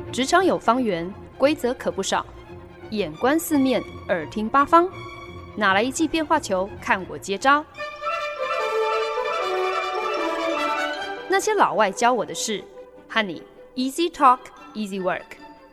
职场有方圆，规则可不少。眼观四面，耳听八方，哪来一记变化球？看我接招！那些老外教我的事，和你 Easy Talk Easy Work。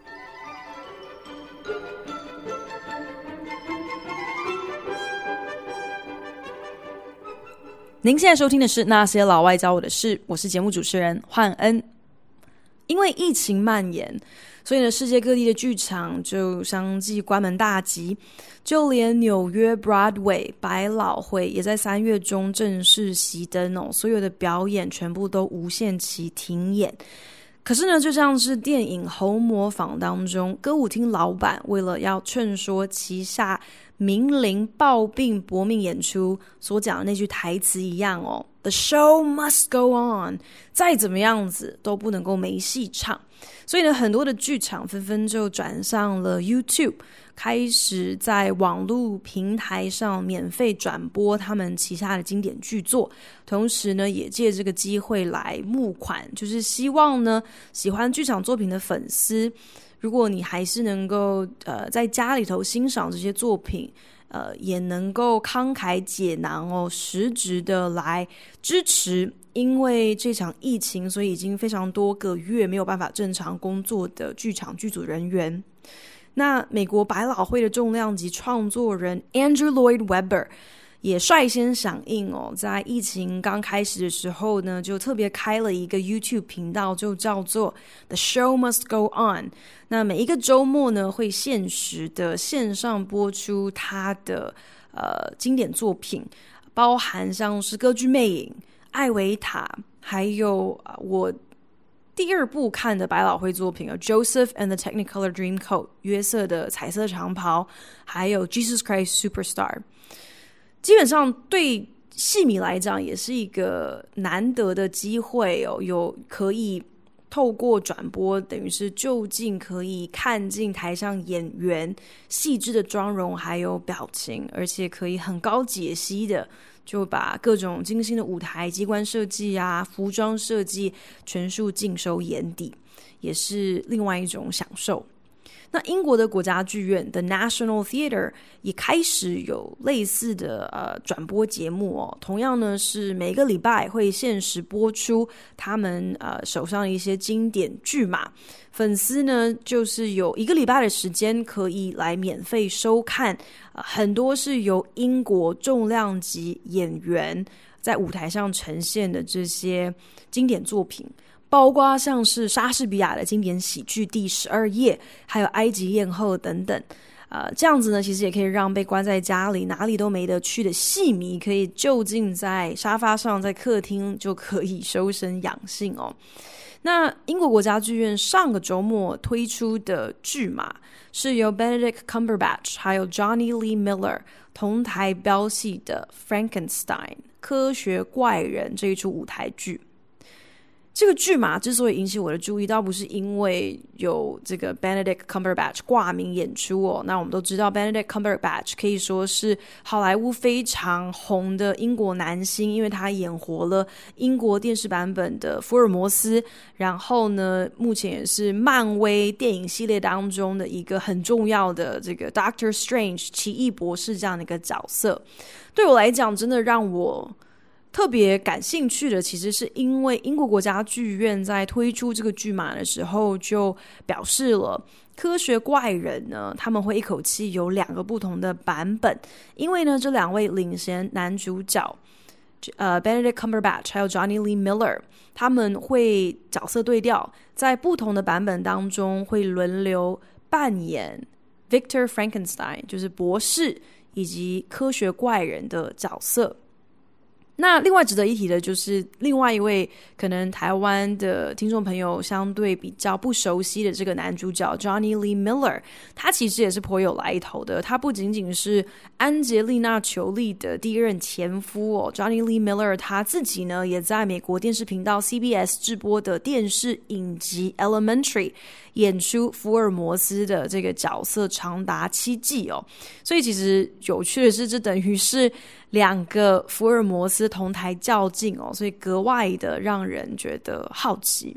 您现在收听的是那些老外教我的事，我是节目主持人焕恩。因为疫情蔓延，所以呢，世界各地的剧场就相继关门大吉，就连纽约 Broadway 百老汇也在3月中正式熄灯哦，所有的表演全部都无限期停演。可是呢，就像是电影《红磨坊》当中，歌舞厅老板为了要劝说旗下名伶抱病搏命演出所讲的那句台词一样哦， The show must go on， 再怎么样子都不能够没戏唱。所以呢，很多的剧场纷纷就转上了 YouTube， 开始在网络平台上免费转播他们旗下的经典剧作，同时呢，也借这个机会来募款，就是希望呢，喜欢剧场作品的粉丝，如果你还是能够在家里头欣赏这些作品，也能够慷慨解囊哦，实质的来支持，因为这场疫情，所以已经非常多个月没有办法正常工作的剧场剧组人员。那美国百老汇的重量级创作人 Andrew Lloyd Webber 也率先响应哦，在疫情刚开始的时候呢，就特别开了一个 YouTube 频道，就叫做 The Show Must Go On。那每一个周末呢，会限时的线上播出他的经典作品，包含像是歌剧魅影、艾维塔，还有我第二部看的百老汇作品Joseph and the Technicolor Dreamcoat 约瑟的彩色长袍，还有 Jesus Christ Superstar。基本上对戏迷来讲也是一个难得的机会哦，有可以透过转播，等于是就近可以看进台上演员细致的妆容还有表情，而且可以很高解析的就把各种精心的舞台机关设计啊、服装设计全数尽收眼底，也是另外一种享受。那英国的国家剧院 The National Theatre 也开始有类似的转播节目哦，同样呢是每个礼拜会限时播出他们手上的一些经典剧码，粉丝呢就是有1个礼拜的时间可以来免费收看，很多是由英国重量级演员在舞台上呈现的这些经典作品，包括像是莎士比亚的经典喜剧第12夜，还有埃及艳后等等。这样子呢，其实也可以让被关在家里哪里都没得去的戏迷，可以就近在沙发上，在客厅就可以收身养性哦。那英国国家剧院上个周末推出的剧码是由 Benedict Cumberbatch 还有 Johnny Lee Miller 同台飙戏的 Frankenstein 科学怪人这一出舞台剧。这个剧码之所以引起我的注意，倒不是因为有这个 Benedict Cumberbatch 挂名演出哦。那我们都知道 Benedict Cumberbatch 可以说是好莱坞非常红的英国男星，因为他演活了英国电视版本的福尔摩斯，然后呢，目前也是漫威电影系列当中的一个很重要的这个 Doctor Strange 奇异博士这样的一个角色。对我来讲，真的让我特别感兴趣的，其实是因为英国国家剧院在推出这个剧码的时候就表示了科学怪人呢，他们会一口气有2个不同的版本，因为呢，这2位领衔男主角Benedict Cumberbatch 还有 Johnny Lee Miller 他们会角色对调，在不同的版本当中会轮流扮演 Victor Frankenstein 就是博士以及科学怪人的角色。那另外值得一提的就是另外一位可能台湾的听众朋友相对比较不熟悉的这个男主角 Johnny Lee Miller， 他其实也是颇有来头的，他不仅仅是安杰丽娜·裘丽的第一任前夫哦， Johnny Lee Miller 他自己呢也在美国电视频道 CBS 制播的电视影集 Elementary 演出福尔摩斯的这个角色长达7季哦，所以其实有趣的是，这等于是2个福尔摩斯同台较劲哦，所以格外的让人觉得好奇。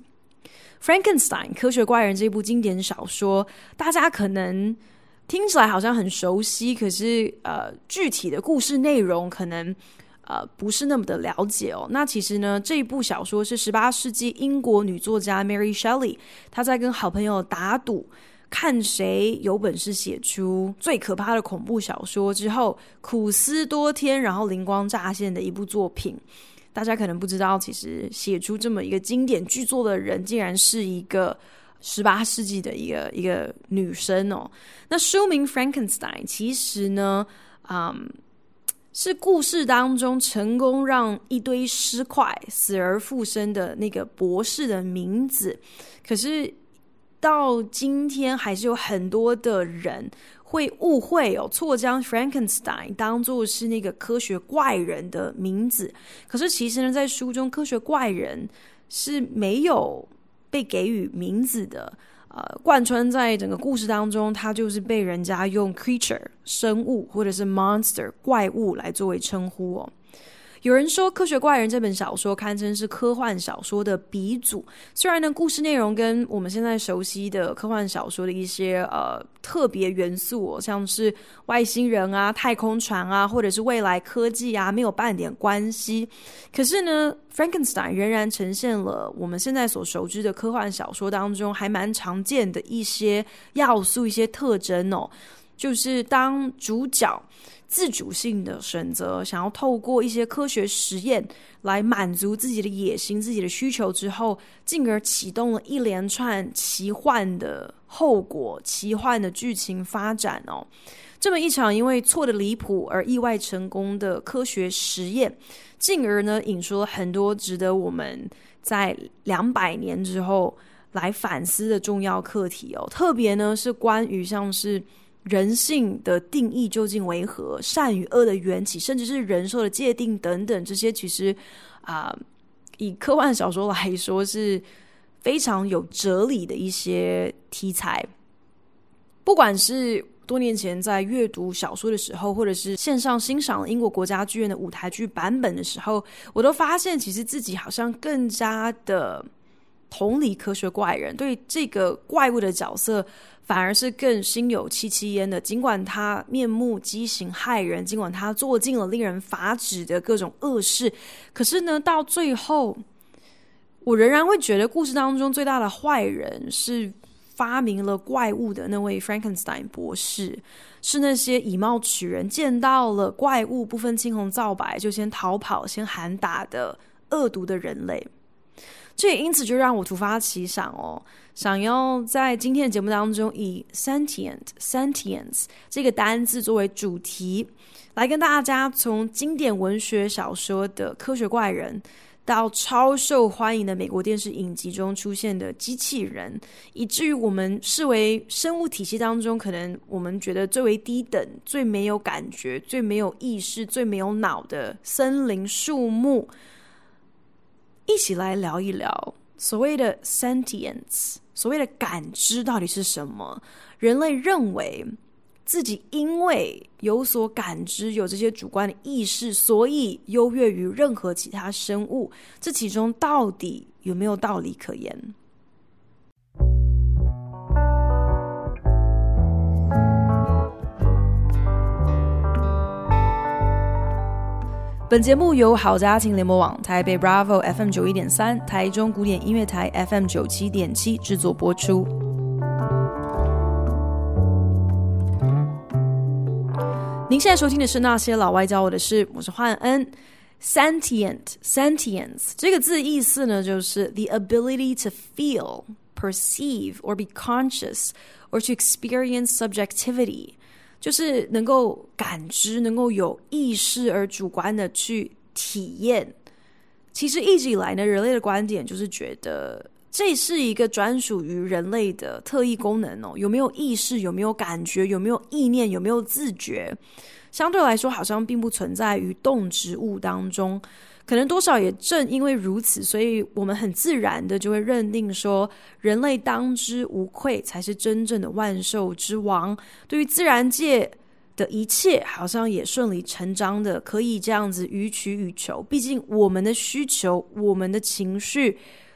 Frankenstein 科学怪人这部经典小说，大家可能听起来好像很熟悉，可是具体的故事内容可能不是那么的了解哦。那其实呢，这一部小说是18世纪英国女作家 Mary Shelley 她在跟好朋友打赌，看谁有本事写出最可怕的恐怖小说之后，苦思多天，然后灵光乍现的一部作品。大家可能不知道，其实写出这么一个经典巨作的人，竟然是一个18世纪的一个女生哦。那书名 Frankenstein 其实呢，是故事当中成功让一堆尸块死而复生的那个博士的名字。可是到今天还是有很多的人会误会错将 Frankenstein 当作是那个科学怪人的名字。可是其实呢，在书中科学怪人是没有被给予名字的，贯穿在整个故事当中，它就是被人家用 creature 生物或者是 monster 怪物来作为称呼哦。有人说《科学怪人》这本小说堪称是科幻小说的鼻祖，虽然呢故事内容跟我们现在熟悉的科幻小说的一些特别元素像是外星人啊、太空船啊，或者是未来科技啊，没有半点关系。可是呢 Frankenstein 仍然呈现了我们现在所熟知的科幻小说当中还蛮常见的一些要素、一些特征哦。就是当主角自主性的选择想要透过一些科学实验来满足自己的野心、自己的需求之后，进而启动了一连串奇幻的后果、奇幻的剧情发展哦。这么一场因为错的离谱而意外成功的科学实验，进而呢引出了很多值得我们在200年之后来反思的重要课题哦。特别呢是关于像是人性的定义究竟为何，善与恶的缘起，甚至是人兽的界定等等，这些其实以科幻小说来说是非常有哲理的一些题材。不管是多年前在阅读小说的时候，或者是线上欣赏英国国家剧院的舞台剧版本的时候，我都发现其实自己好像更加的同理科学怪人，对这个怪物的角色反而是更心有戚戚焉的。尽管他面目畸形害人，尽管他做尽了令人发指的各种恶事，可是呢到最后我仍然会觉得故事当中最大的坏人是发明了怪物的那位 Frankenstein 博士，是那些以貌取人，见到了怪物不分青红皂白就先逃跑、先喊打的恶毒的人类。这也因此就让我突发奇想想要在今天的节目当中以 sentience 这个单字作为主题，来跟大家从经典文学小说的科学怪人到超受欢迎的美国电视影集中出现的机器人，以至于我们视为生物体系当中可能我们觉得最为低等、最没有感觉、最没有意识、最没有脑的森林树木，一起来聊一聊所谓的 sentience， 所谓的感知到底是什么。人类认为自己因为有所感知，有这些主观的意识，所以优越于任何其他生物，这其中到底有没有道理可言？本节目由好家庭联播网、台北 Bravo FM 91.3、台中古典音乐台 FM 97.7制作播出。您现在收听的是那些老外教我的事，我是焕恩。Sentience 这个字意思呢，就是 the ability to feel, perceive, or be conscious, or to experience subjectivity，就是能够感知，能够有意识而主观的去体验。其实一直以来呢，人类的观点就是觉得这是一个专属于人类的特异功能有没有意识，有没有感觉，有没有意念，有没有自觉，相对来说好像并不存在于动植物当中。可能多少也正因为如此，所以我们很自然的就会认定说，人类当之无愧才是真正的万兽之王。对于自然界的一切，好像也顺理成章的可以这样子予取予求。毕竟我们的需求、我们的情绪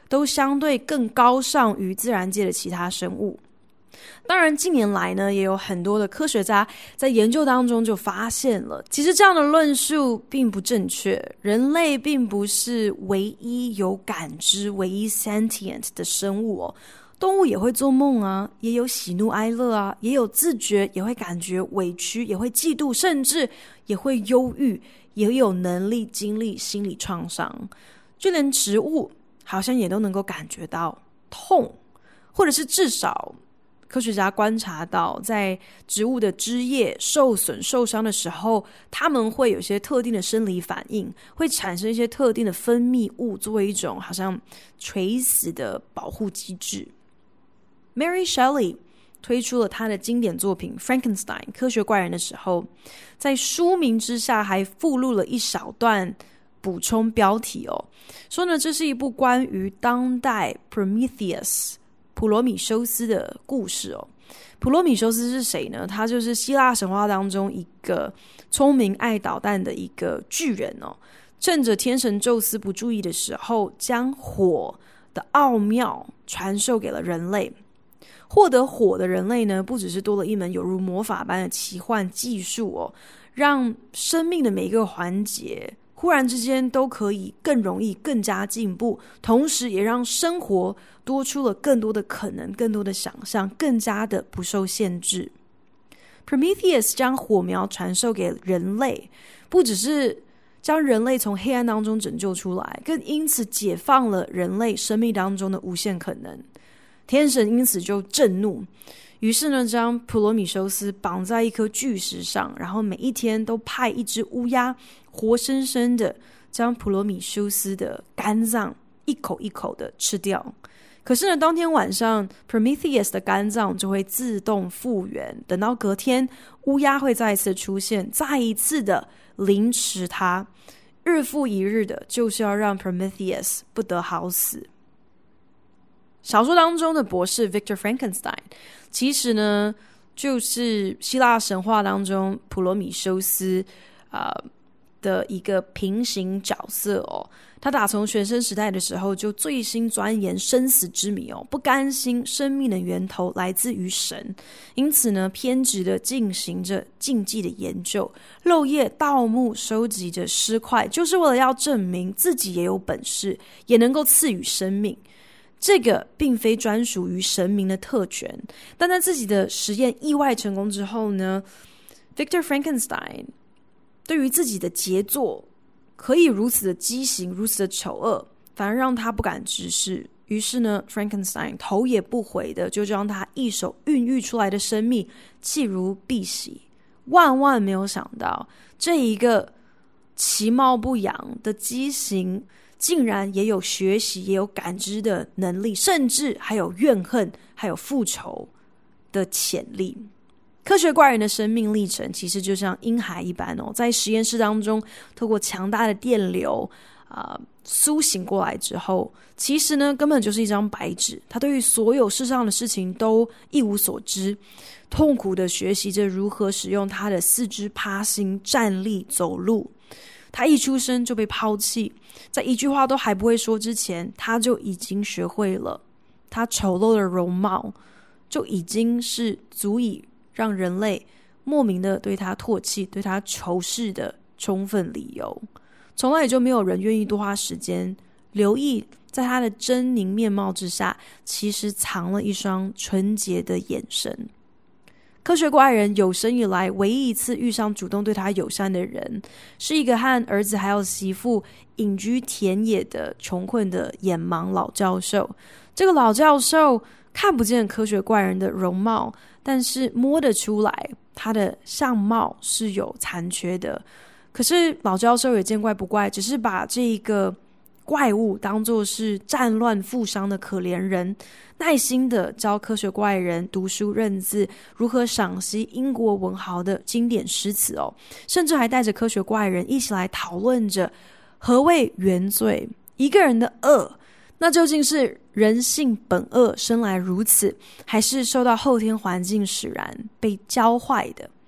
都相对更高尚于自然界的其他生物。当然近年来呢，也有很多的科学家在研究当中就发现了，其实这样的论述并不正确，人类并不是唯一有感知、唯一 sentient 的生物哦。动物也会做梦啊，也有喜怒哀乐啊，也有自觉，也会感觉委屈，也会嫉妒，甚至也会忧郁，也有能力经历心理创伤。就连植物好像也都能够感觉到痛，或者是至少科学家观察到，在植物的枝叶受损受伤的时候，它们会有一些特定的生理反应，会产生一些特定的分泌物，作为一种好像垂死的保护机制。Mary Shelley 推出了她的经典作品 Frankenstein 科学怪人的时候，在书名之下还附录了一小段补充标题哦，说呢这是一部关于当代 Prometheus 普罗米修斯的故事哦。普罗米修斯是谁呢？他就是希腊神话当中一个聪明爱捣蛋的一个巨人哦，趁着天神宙斯不注意的时候，将火的奥妙传授给了人类。获得火的人类呢，不只是多了一门有如魔法般的奇幻技术哦，让生命的每一个环节忽然之间都可以更容易、更加进步，同时也让生活多出了更多的可能、更多的想象，更加的不受限制。Prometheus 将火苗传授给人类，不只是将人类从黑暗当中拯救出来，更因此解放了人类生命当中的无限可能。天神因此就震怒，于是呢，将普罗米修斯绑在一颗巨石上，然后每一天都派一只乌鸦活生生的将普罗米修斯的肝脏一口一口的吃掉。可是呢，当天晚上 Prometheus 的肝脏就会自动复原，等到隔天乌鸦会再一次出现，再一次的凌迟他，日复一日的就是要让 Prometheus 不得好死。小说当中的博士 Victor Frankenstein 其实呢就是希腊神话当中普罗米修斯的一个平行角色哦。他打从学生时代的时候就醉心钻研生死之谜哦，不甘心生命的源头来自于神，因此呢偏执的进行着禁忌的研究，漏夜盗墓收集着尸块，就是为了要证明自己也有本事，也能够赐予生命。这个并非专属于神明的特权，但在自己的实验意外成功之后呢， Victor Frankenstein 对于自己的杰作可以如此的畸形，如此的丑恶，反而让他不敢直视。于是呢 Frankenstein 头也不回的就将他一手孕育出来的生命弃如敝屣。万万没有想到，这一个其貌不扬的畸形竟然也有学习，也有感知的能力，甚至还有怨恨，还有复仇的潜力。科学怪人的生命历程其实就像婴孩一般哦，在实验室当中透过强大的电流苏醒过来之后，其实呢根本就是一张白纸，他对于所有世上的事情都一无所知，痛苦的学习着如何使用他的四肢爬行、站立、走路。他一出生就被抛弃，在一句话都还不会说之前，他就已经学会了，他丑陋的容貌就已经是足以让人类莫名的对他唾弃、对他仇视的充分理由。从来也就没有人愿意多花时间留意，在他的狰狞面貌之下，其实藏了一双纯洁的眼神。科学怪人有生以来唯一一次遇上主动对他友善的人，是一个和儿子还有媳妇隐居田野的穷困的眼盲老教授。这个老教授看不见科学怪人的容貌，但是摸得出来他的相貌是有残缺的。可是老教授也见怪不怪，只是把这一个怪物当作是战乱负伤的可怜人，耐心的教科学怪人读书认字，如何赏析英国文豪的经典诗词哦，甚至还带着科学怪人一起来讨论着何谓原罪，一个人的恶，那究竟是人性本恶生来如此，还是受到后天环境使然被教坏的？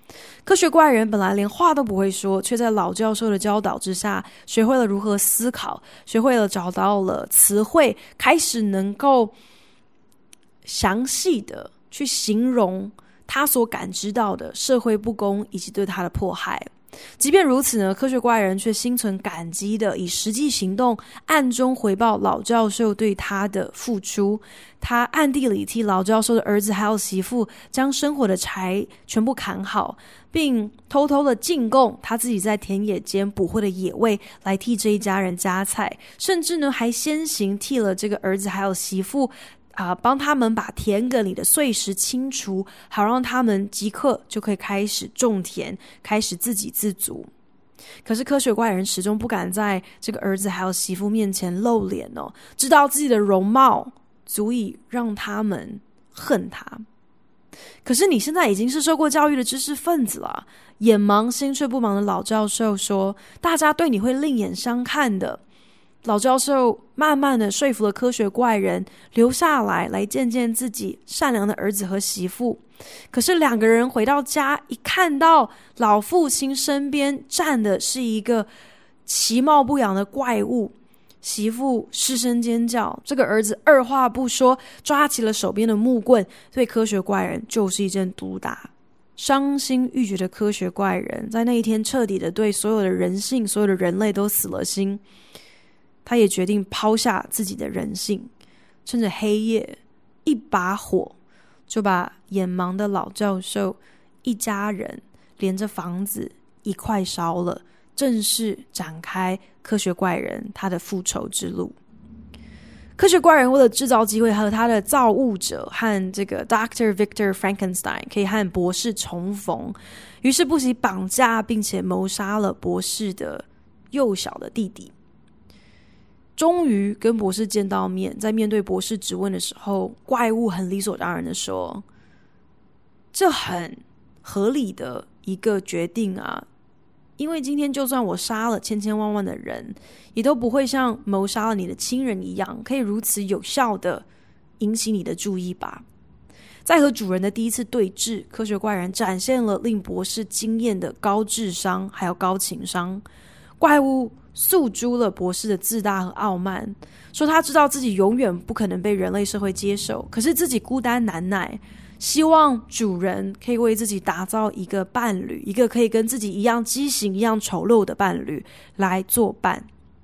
科学怪人本来连话都不会说，却在老教授的教导之下，学会了如何思考，学会了找到了词汇，开始能够详细的去形容他所感知到的社会不公以及对他的迫害。即便如此呢，科学怪人却心存感激的以实际行动暗中回报老教授对他的付出。他暗地里替老教授的儿子还有媳妇将生活的柴全部砍好，并偷偷的进贡他自己在田野间捕获的野味来替这一家人夹菜，甚至呢还先行替了这个儿子还有媳妇帮他们把田埂里的碎石清除，好让他们即刻就可以开始种田，开始自给自足。可是科学怪人始终不敢在这个儿子还有媳妇面前露脸哦，知道自己的容貌足以让他们恨他。可是你现在已经是受过教育的知识分子了，眼盲心却不盲的老教授说，大家对你会另眼相看的。老教授慢慢的说服了科学怪人留下来见见自己善良的儿子和媳妇。可是两个人回到家，一看到老父亲身边站的是一个其貌不扬的怪物，媳妇失声尖叫，这个儿子二话不说抓起了手边的木棍，对科学怪人就是一阵毒打。伤心欲绝的科学怪人在那一天彻底的对所有的人性，所有的人类都死了心。他也决定抛下自己的人性，趁着黑夜，一把火就把眼盲的老教授一家人连着房子一块烧了，正式展开科学怪人他的复仇之路。科学怪人为了制造机会和他的造物者和这个 Dr. Victor Frankenstein 可以和博士重逢，于是不惜绑架并且谋杀了博士的幼小的弟弟。终于跟博士见到面，在面对博士质问的时候，怪物很理所当然的说，这很合理的一个决定啊，因为今天就算我杀了千千万万的人，也都不会像谋杀了你的亲人一样，可以如此有效的引起你的注意吧。在和主人的第一次对峙，科学怪人展现了令博士惊艳的高智商还有高情商。怪物诉诸了博士的自大和傲慢，说他知道自己永远不可能被人类社会接受，可是自己孤单难耐，希望主人可以为自己打造一个伴侣，一个可以跟自己一样畸形一样丑陋的伴侣来作伴。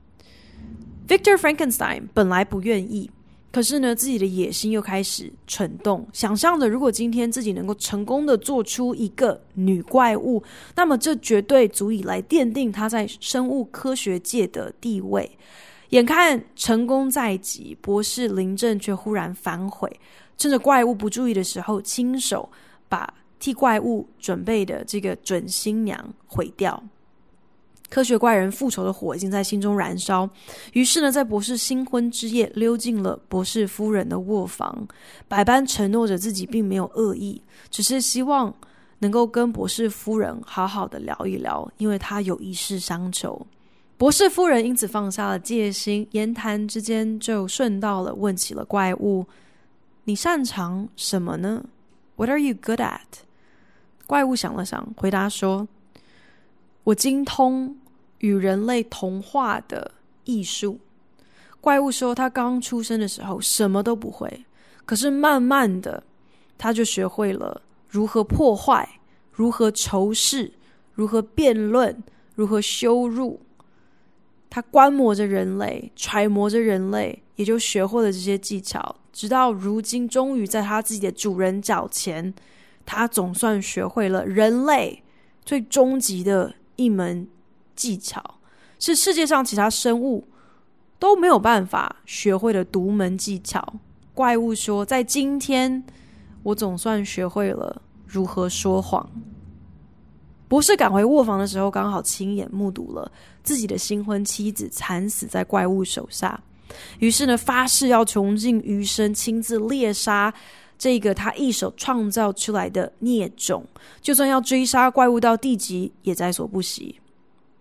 Victor Frankenstein 本来不愿意，可是呢自己的野心又开始蠢动，想象着如果今天自己能够成功的做出一个女怪物，那么这绝对足以来奠定他在生物科学界的地位。眼看成功在即，博士临阵却忽然反悔，趁着怪物不注意的时候，亲手把替怪物准备的这个准新娘毁掉。科学怪人复仇的火已经在心中燃烧，于是呢，在博士新婚之夜溜进了博士夫人的卧房，百般承诺着自己并没有恶意，只是希望能够跟博士夫人好好的聊一聊，因为他有一事相求。博士夫人因此放下了戒心，言谈之间就顺道了问起了怪物，你擅长什么呢？ What are you good at？ 怪物想了想，回答说，我精通与人类同化的艺术。怪物说他刚出生的时候什么都不会，可是慢慢的他就学会了如何破坏，如何仇视，如何辩论，如何羞辱。他观摩着人类，揣摩着人类，也就学会了这些技巧，直到如今终于在他自己的主人脚前，他总算学会了人类最终极的一门技巧，是世界上其他生物都没有办法学会的独门技巧。怪物说，在今天我总算学会了如何说谎。博士赶回卧房的时候，刚好亲眼目睹了自己的新婚妻子惨死在怪物手下，于是呢，发誓要穷尽余生亲自猎杀这个他一手创造出来的孽种，就算要追杀怪物到地极也在所不惜。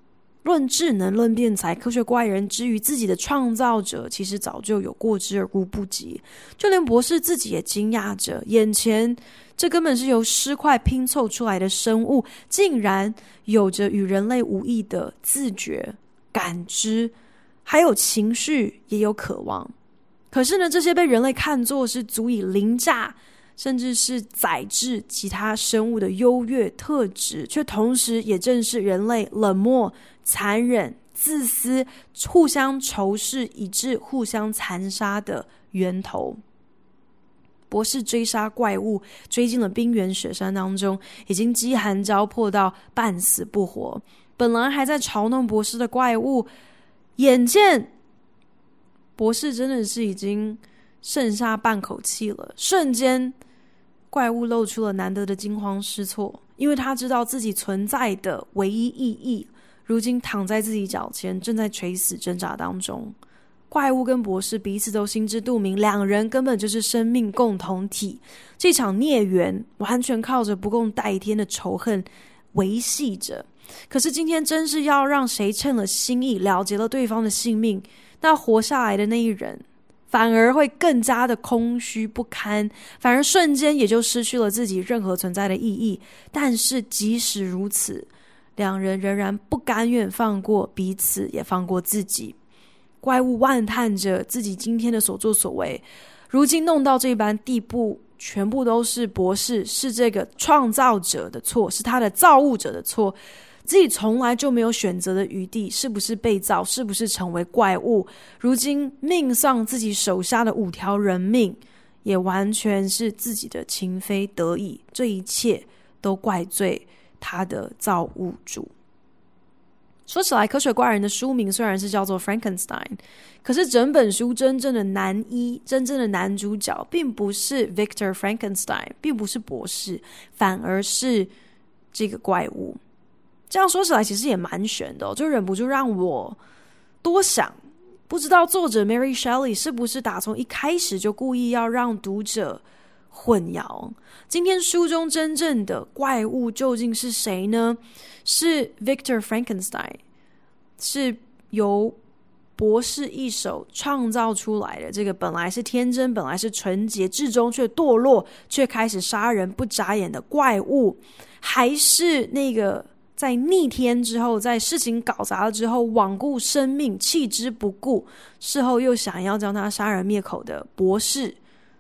论智能、论辩才，科学怪人之于自己的创造者，其实早就有过之而无不及。就连博士自己也惊讶着，眼前这根本是由尸块拼凑出来的生物，竟然有着与人类无异的自觉、感知，还有情绪，也有渴望。可是呢，这些被人类看作是足以凌驾甚至是宰制其他生物的优越特质，却同时也正是人类冷漠、残忍、自私、互相仇视以致互相残杀的源头。博士追杀怪物，追进了冰原雪山当中，已经饥寒交迫到半死不活。本来还在嘲弄博士的怪物，眼见博士真的是已经剩下半口气了，瞬间怪物露出了难得的惊慌失措，因为他知道自己存在的唯一意义如今躺在自己脚前，正在垂死挣扎当中。怪物跟博士彼此都心知肚明，两人根本就是生命共同体，这场孽缘完全靠着不共戴天的仇恨维系着。可是今天真是要让谁趁了心意，了结了对方的性命，那活下来的那一人反而会更加的空虚不堪，反而瞬间也就失去了自己任何存在的意义。但是即使如此，两人仍然不甘愿放过彼此，也放过自己。怪物万叹着自己今天的所作所为，如今弄到这般地步，全部都是博士，是这个创造者的错，是他的造物者的错，自己从来就没有选择的余地，是不是被造，是不是成为怪物，如今命丧自己手下的5条人命，也完全是自己的情非得已，这一切都怪罪他的造物主。说起来，科学怪人的书名虽然是叫做 Frankenstein， 可是整本书真正的男一，真正的男主角并不是 Victor Frankenstein， 并不是博士，反而是这个怪物。这样说起来其实也蛮悬的就忍不住让我多想，不知道作者 Mary Shelley 是不是打从一开始就故意要让读者混淆。今天书中真正的怪物究竟是谁呢？是 Victor Frankenstein， 是由博士一手创造出来的这个本来是天真，本来是纯洁，至终却堕落，却开始杀人不眨眼的怪物，还是那个在逆天之后，在事情搞砸了之后罔顾生命，弃之不顾，事后又想要将他杀人灭口的博士？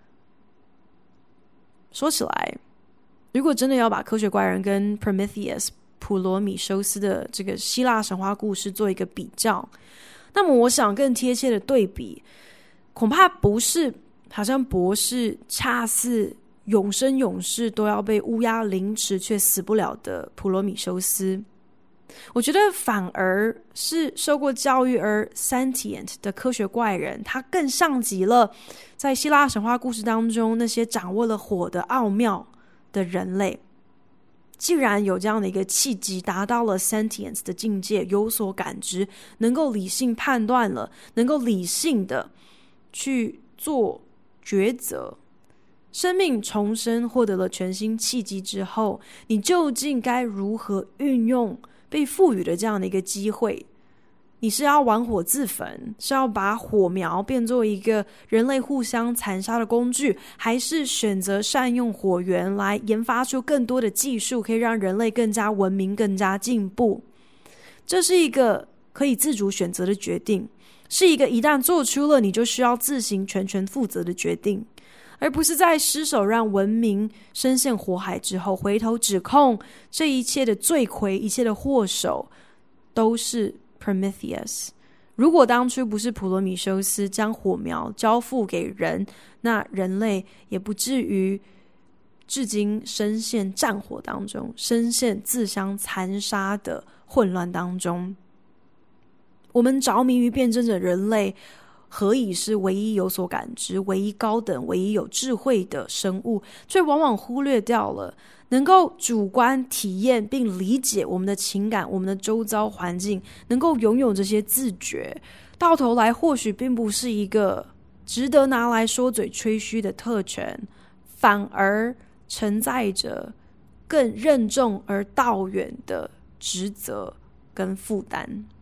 说起来，如果真的要把科学怪人跟 Prometheus 普罗米修斯的这个希腊神话故事做一个比较，那么我想更贴切的对比恐怕不是好像博士恰似永生永世都要被乌鸦凌迟却死不了的普罗米修斯，我觉得反而是受过教育而 sentient 的科学怪人，他更像极了在希腊神话故事当中那些掌握了火的奥妙的人类。既然有这样的一个契机，达到了 sentience 的境界，有所感知，能够理性判断了，能够理性的去做抉择，生命重生获得了全新契机之后，你究竟该如何运用被赋予的这样的一个机会？你是要玩火自焚，是要把火苗变作一个人类互相残杀的工具，还是选择善用火源来研发出更多的技术，可以让人类更加文明，更加进步？这是一个可以自主选择的决定，是一个一旦做出了你就需要自行全权负责的决定，而不是在失手让文明深陷火海之后，回头指控这一切的罪魁，一切的祸首都是 Prometheus。 如果当初不是普罗米修斯将火苗交付给人，那人类也不至于至今深陷战火当中，深陷自相残杀的混乱当中。我们着迷于辩证着人类何以是唯一有所感知、唯一高等、唯一有智慧的生物，却往往忽略掉了能够主观体验并理解我们的情感、我们的周遭环境，能够拥有这些自觉，到头来或许并不是一个值得拿来说嘴吹嘘的特权，反而承载着更任重而道远的职责跟负担。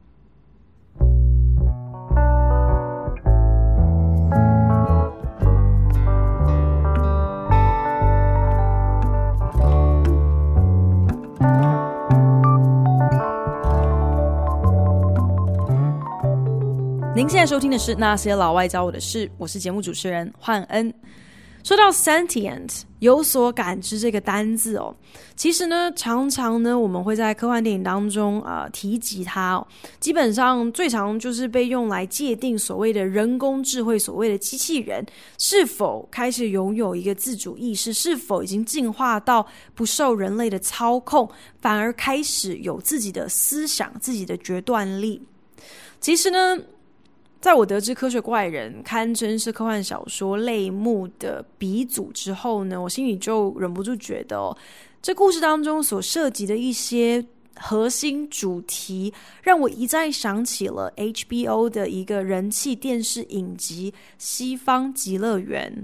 现在收听的是那些老外教我的事，我是节目主持人焕恩。说到 sentient 有所感知这个单字哦，其实呢常常呢我们会在科幻电影当中提及它哦，基本上最常就是被用来界定所谓的人工智慧，所谓的机器人是否开始拥有一个自主意识，是否已经进化到不受人类的操控，反而开始有自己的思想，自己的决断力。其实呢，在我得知《科学怪人》堪称是科幻小说类目的鼻祖之后呢，我心里就忍不住觉得这故事当中所涉及的一些核心主题，让我一再想起了 HBO 的一个人气电视影集《西方极乐园》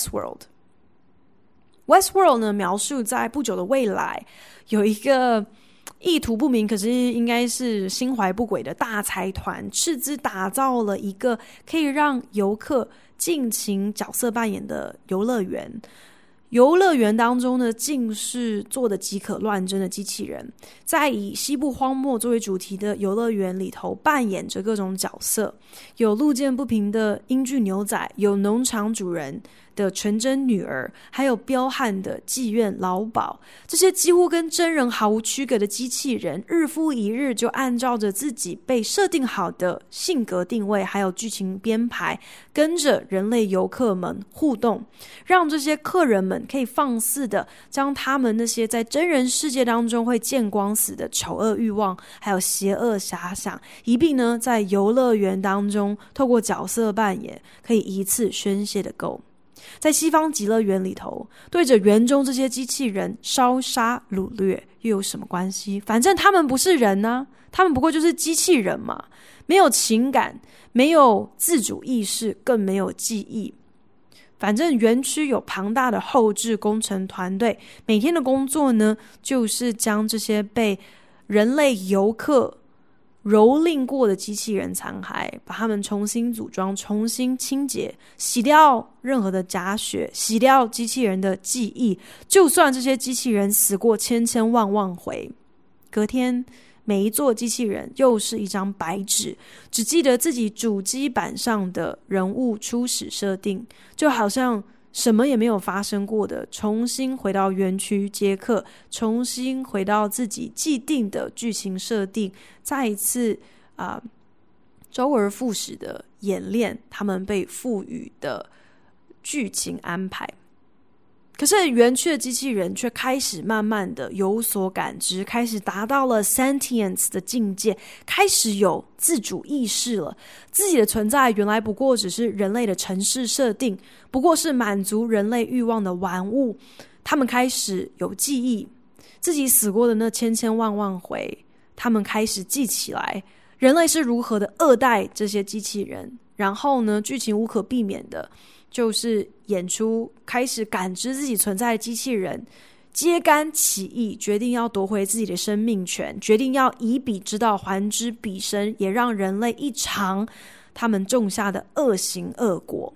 Westworld 呢，描述在不久的未来，有一个意图不明，可是应该是心怀不轨的大财团斥资打造了一个可以让游客尽情角色扮演的游乐园。游乐园当中呢，竟是做的极可乱真的机器人，在以西部荒漠作为主题的游乐园里头扮演着各种角色，有路见不平的英俊牛仔，有农场主人的纯真女儿，还有彪悍的妓院老鸨。这些几乎跟真人毫无区隔的机器人，日复一日就按照着自己被设定好的性格定位还有剧情编排，跟着人类游客们互动，让这些客人们可以放肆的将他们那些在真人世界当中会见光死的丑恶欲望还有邪恶遐想，一并呢在游乐园当中透过角色扮演可以一次宣泄的够。在西方极乐园里头，对着园中这些机器人烧杀掳掠又有什么关系？反正他们不是人啊，他们不过就是机器人嘛，没有情感，没有自主意识，更没有记忆。反正园区有庞大的后制工程团队，每天的工作呢，就是将这些被人类游客蹂躏过的机器人残骸，把它们重新组装，重新清洁，洗掉任何的假血，洗掉机器人的记忆。就算这些机器人死过千千万万回，隔天每一座机器人又是一张白纸，只记得自己主机板上的人物初始设定，就好像什么也没有发生过的，重新回到园区接客，重新回到自己既定的剧情设定，再一次周而复始的演练他们被赋予的剧情安排。可是园区的机器人却开始慢慢的有所感知，开始达到了 sentience 的境界，开始有自主意识了。自己的存在原来不过只是人类的程式设定，不过是满足人类欲望的玩物。他们开始有记忆，自己死过的那千千万万回，他们开始记起来人类是如何的恶待这些机器人。然后呢，剧情无可避免的就是演出开始感知自己存在的机器人揭竿起义，决定要夺回自己的生命权，决定要以彼之道还之彼身，也让人类一尝他们种下的恶行恶果。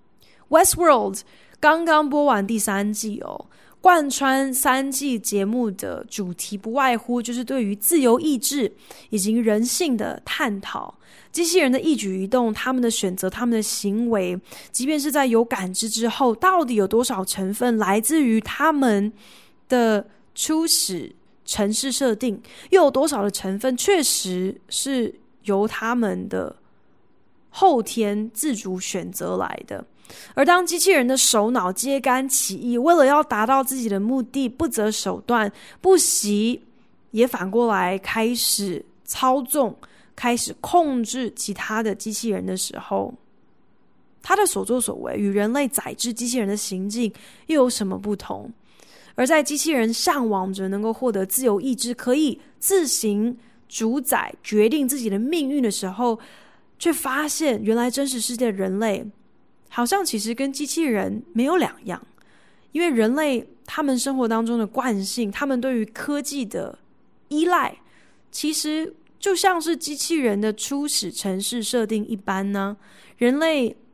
Westworld 刚刚播完第3季贯穿3季节目的主题不外乎就是对于自由意志以及人性的探讨。机器人的一举一动，他们的选择，他们的行为，即便是在有感知之后，到底有多少成分来自于他们的初始程式设定，又有多少的成分确实是由他们的后天自主选择来的。而当机器人的首脑揭竿起义，为了要达到自己的目的，不择手段，不惜也反过来开始操纵，开始控制其他的机器人的时候，他的所作所为与人类宰制机器人的行径又有什么不同？而在机器人向往着能够获得自由意志，可以自行主宰决定自己的命运的时候，却发现原来真实世界的人类好像其实跟机器人没有两样。因为人类他们生活当中的惯性，他们对于科技的依赖，其实就像是机器人的初始程式设定一般呢。人类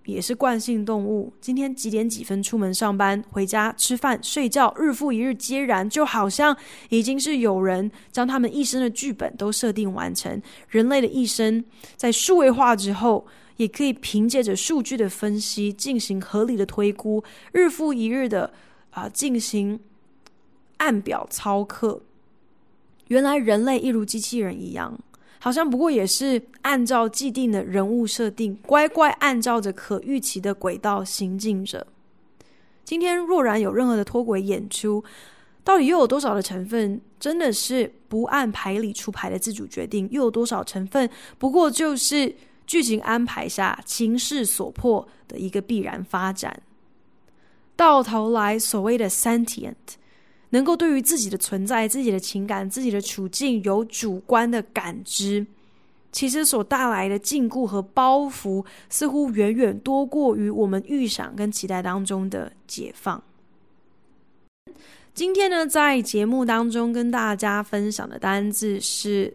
也是惯性动物，今天几点几分出门上班，回家吃饭睡觉，日复一日皆然，就好像已经是有人将他们一生的剧本都设定完成。人类的一生在数位化之后，也可以凭借着数据的分析进行合理的推估，日复一日的进行按表操课。原来人类一如机器人一样，好像不过也是按照既定的人物设定，乖乖按照着可预期的轨道行进着。今天若然有任何的脱轨演出，到底又有多少的成分真的是不按牌理出牌的自主决定，又有多少成分不过就是剧情安排下情势所迫的一个必然发展。到头来所谓的 sentient，能够对于自己的存在、自己的情感、自己的处境有主观的感知，其实所带来的禁锢和包袱似乎远远多过于我们预想跟期待当中的解放。今天呢，在节目当中跟大家分享的单字是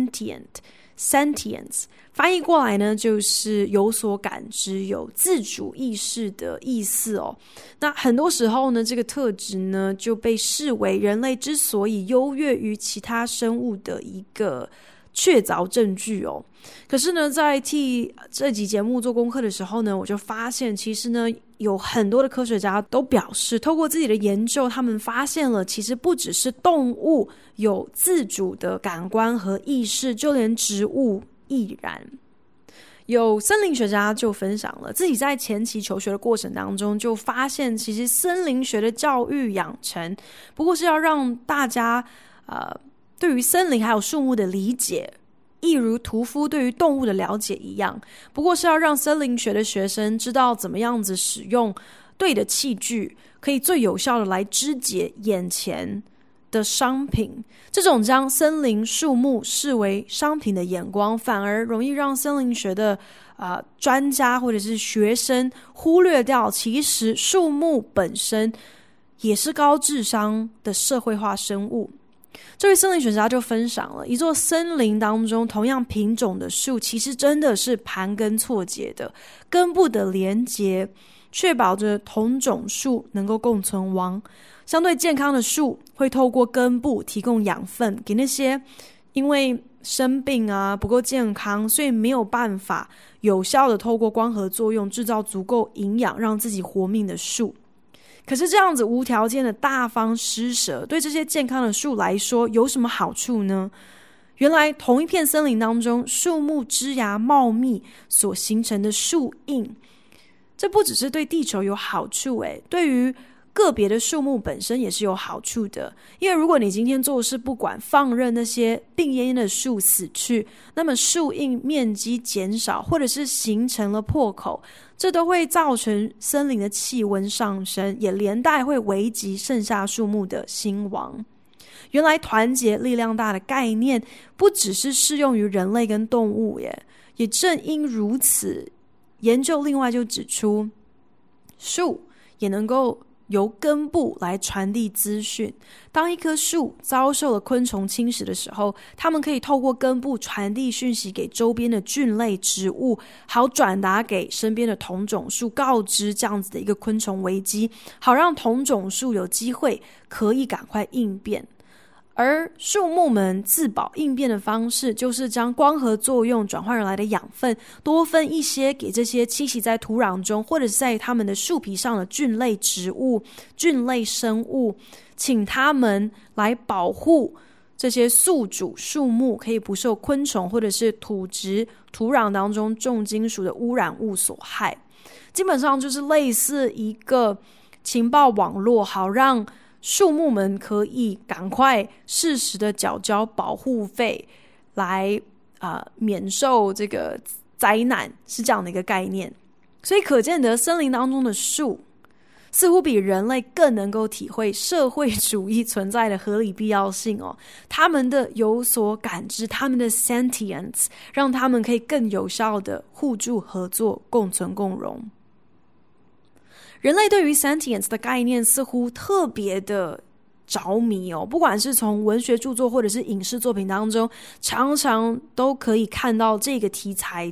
sentience， 翻译过来呢就是有所感知、有自主意识的意思哦。那很多时候呢，这个特质呢就被视为人类之所以优越于其他生物的一个确凿证据哦。可是呢，在替这集节目做功课的时候呢，我就发现其实呢，有很多的科学家都表示，透过自己的研究，他们发现了其实不只是动物有自主的感官和意识，就连植物亦然。有森林学家就分享了自己在前期求学的过程当中，就发现其实森林学的教育养成不过是要让大家对于森林还有树木的理解，一如屠夫对于动物的了解一样，不过是要让森林学的学生知道怎么样子使用对的器具，可以最有效的来肢解眼前的商品。这种将森林树木视为商品的眼光，反而容易让森林学的专家或者是学生忽略掉，其实树木本身也是高智商的社会化生物。这位森林学家就分享了，一座森林当中同样品种的树，其实真的是盘根错节的，根部的连结确保着同种树能够共存亡。相对健康的树会透过根部提供养分给那些因为生病不够健康，所以没有办法有效的透过光合作用制造足够营养让自己活命的树。可是这样子无条件的大方施舍，对这些健康的树来说有什么好处呢？原来同一片森林当中，树木枝芽茂密所形成的树荫，这不只是对地球有好处，对于个别的树木本身也是有好处的。因为如果你今天做事不管，放任那些病恹恹的树死去，那么树荫面积减少，或者是形成了破口，这都会造成森林的气温上升，也连带会危及剩下树木的兴亡。原来团结力量大的概念不只是适用于人类跟动物耶，也正因如此，研究另外就指出，树也能够由根部来传递资讯。当一棵树遭受了昆虫侵蚀的时候，它们可以透过根部传递讯息给周边的菌类植物，好转达给身边的同种树，告知这样子的一个昆虫危机，好让同种树有机会可以赶快应变。而树木们自保应变的方式，就是将光合作用转换而来的养分多分一些给这些栖息在土壤中或者是在它们的树皮上的菌类植物、菌类生物，请它们来保护这些宿主树木可以不受昆虫或者是土质土壤当中重金属的污染物所害。基本上就是类似一个情报网络，好让树木们可以赶快适时的缴交保护费，来免受这个灾难，是这样的一个概念。所以可见得森林当中的树似乎比人类更能够体会社会主义存在的合理必要性哦。他们的有所感知，他们的 sentience， 让他们可以更有效的互助合作，共存共荣。人类对于 sentience 的概念似乎特别的着迷哦，不管是从文学著作或者是影视作品当中，常常都可以看到这个题材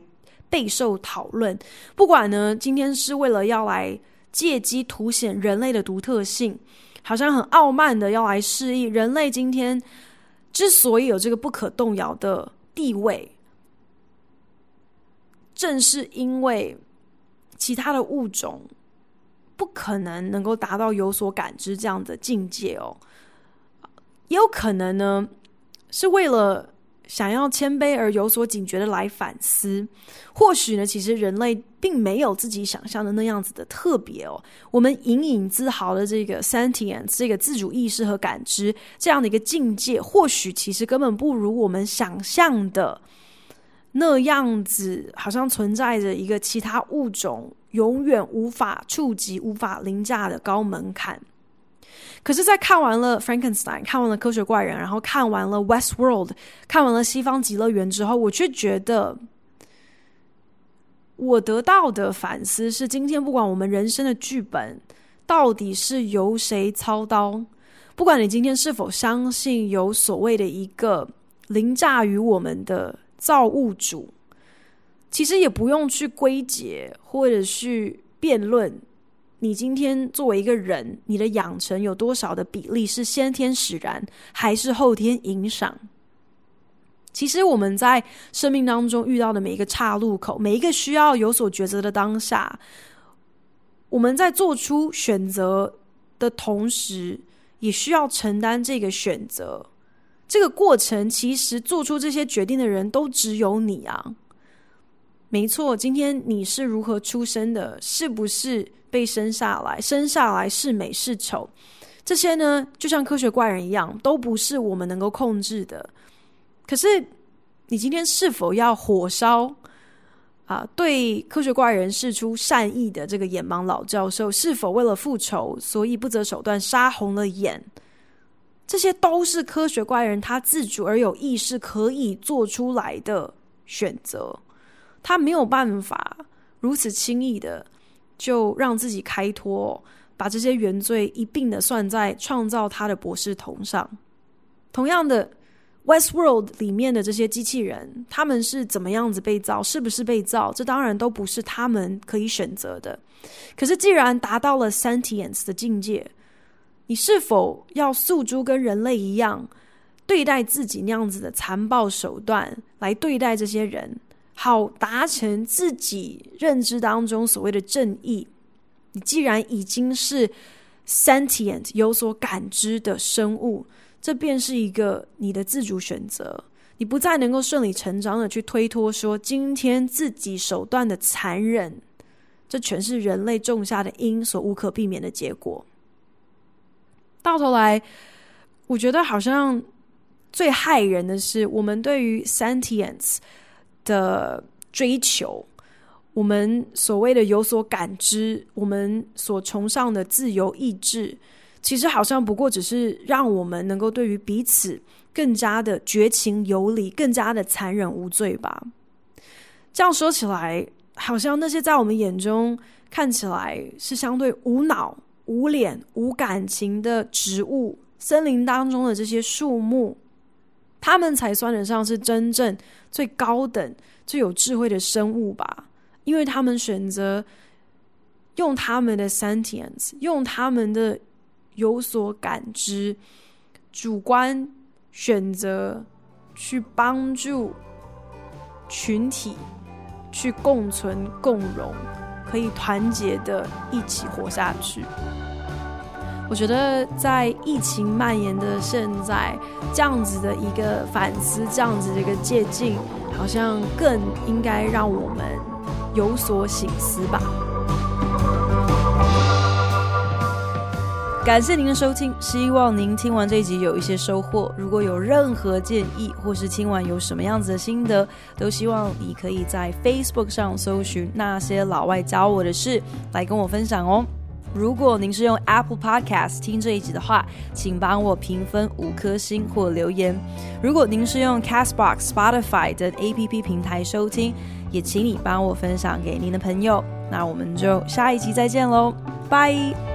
备受讨论。不管呢今天是为了要来借机凸显人类的独特性，好像很傲慢的要来示意人类今天之所以有这个不可动摇的地位，正是因为其他的物种不可能够达到有所感知这样的境界哦。也有可能呢是为了想要谦卑而有所警觉的来反思，或许呢其实人类并没有自己想象的那样子的特别哦。我们隐隐自豪的这个 sentience 这个自主意识和感知这样的一个境界，或许其实根本不如我们想象的那样子，好像存在着一个其他物种永远无法触及无法凌驾的高门槛。可是在看完了 Frankenstein 看完了科学怪人，然后看完了 Westworld 看完了西方极乐园之后，我却觉得我得到的反思是，今天不管我们人生的剧本到底是由谁操刀，不管你今天是否相信有所谓的一个凌驾于我们的造物主，其实也不用去归结或者去辩论你今天作为一个人，你的养成有多少的比例是先天使然还是后天影响。其实我们在生命当中遇到的每一个岔路口，每一个需要有所抉择的当下，我们在做出选择的同时也需要承担这个选择。这个过程其实做出这些决定的人都只有你啊。没错，今天你是如何出生的，是不是被生下来是美是丑，这些呢就像科学怪人一样，都不是我们能够控制的。可是你今天是否要火烧对科学怪人释出善意的这个眼盲老教授，是否为了复仇所以不择手段杀红了眼，这些都是科学怪人他自主而有意识可以做出来的选择。他没有办法如此轻易的就让自己开脱，把这些原罪一并的算在创造他的博士头上。同样的 Westworld 里面的这些机器人，他们是怎么样子被造，是不是被造，这当然都不是他们可以选择的。可是既然达到了 sentience 的境界，你是否要诉诸跟人类一样对待自己那样子的残暴手段来对待这些人，好达成自己认知当中所谓的正义？你既然已经是 sentient 有所感知的生物，这便是一个你的自主选择。你不再能够顺理成章的去推脱说今天自己手段的残忍，这全是人类种下的因所无可避免的结果。到头来我觉得好像最害人的是，我们对于 sentience 的追求，我们所谓的有所感知，我们所崇尚的自由意志，其实好像不过只是让我们能够对于彼此更加的绝情有理，更加的残忍无罪吧。这样说起来，好像那些在我们眼中看起来是相对无脑无脸无感情的植物，森林当中的这些树木，他们才算得上是真正最高等最有智慧的生物吧。因为他们选择用他们的 sentience， 用他们的有所感知，主观选择去帮助群体去共存共荣，可以团结的一起活下去。我觉得在疫情蔓延的现在，这样子的一个反思，这样子的一个借鉴，好像更应该让我们有所省思吧。感谢您的收听，希望您听完这一集有一些收获。如果有任何建议，或是听完有什么样子的心得，都希望你可以在 Facebook 上搜寻那些老外教我的事来跟我分享哦。如果您是用 Apple Podcast 听这一集的话，请帮我评分5颗星或留言。如果您是用 Castbox、Spotify 等 APP 平台收听，也请你帮我分享给您的朋友。那我们就下一集再见咯，拜。